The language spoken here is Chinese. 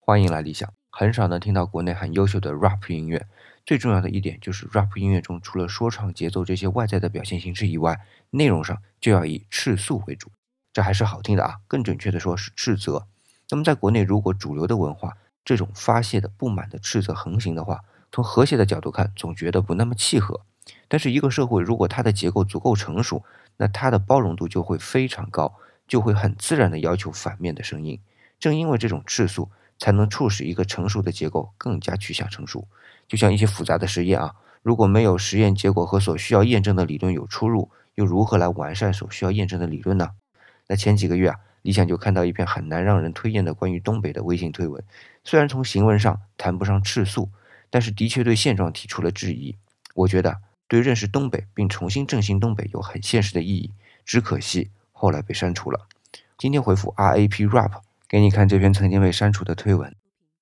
欢迎来理想。很少能听到国内很优秀的 rap 音乐，最重要的一点就是 rap 音乐中除了说唱、节奏这些外在的表现形式以外，内容上就要以斥诉为主。这还是好听的啊，更准确的说是斥责。那么在国内，如果主流的文化这种发泄的不满的斥责横行的话，从和谐的角度看，总觉得不那么契合。但是一个社会如果它的结构足够成熟，那它的包容度就会非常高，就会很自然的要求反面的声音。正因为这种斥诉，才能促使一个成熟的结构更加趋向成熟。就像一些复杂的实验啊，如果没有实验结果和所需要验证的理论有出入，又如何来完善所需要验证的理论呢？那前几个月啊，理想就看到一篇很难让人推荐的关于东北的微信推文，虽然从行文上谈不上斥诉，但是的确对现状提出了质疑。我觉得对认识东北并重新振兴东北有很现实的意义，只可惜后来被删除了。今天回复 RAP rap 给你看这篇曾经被删除的推文。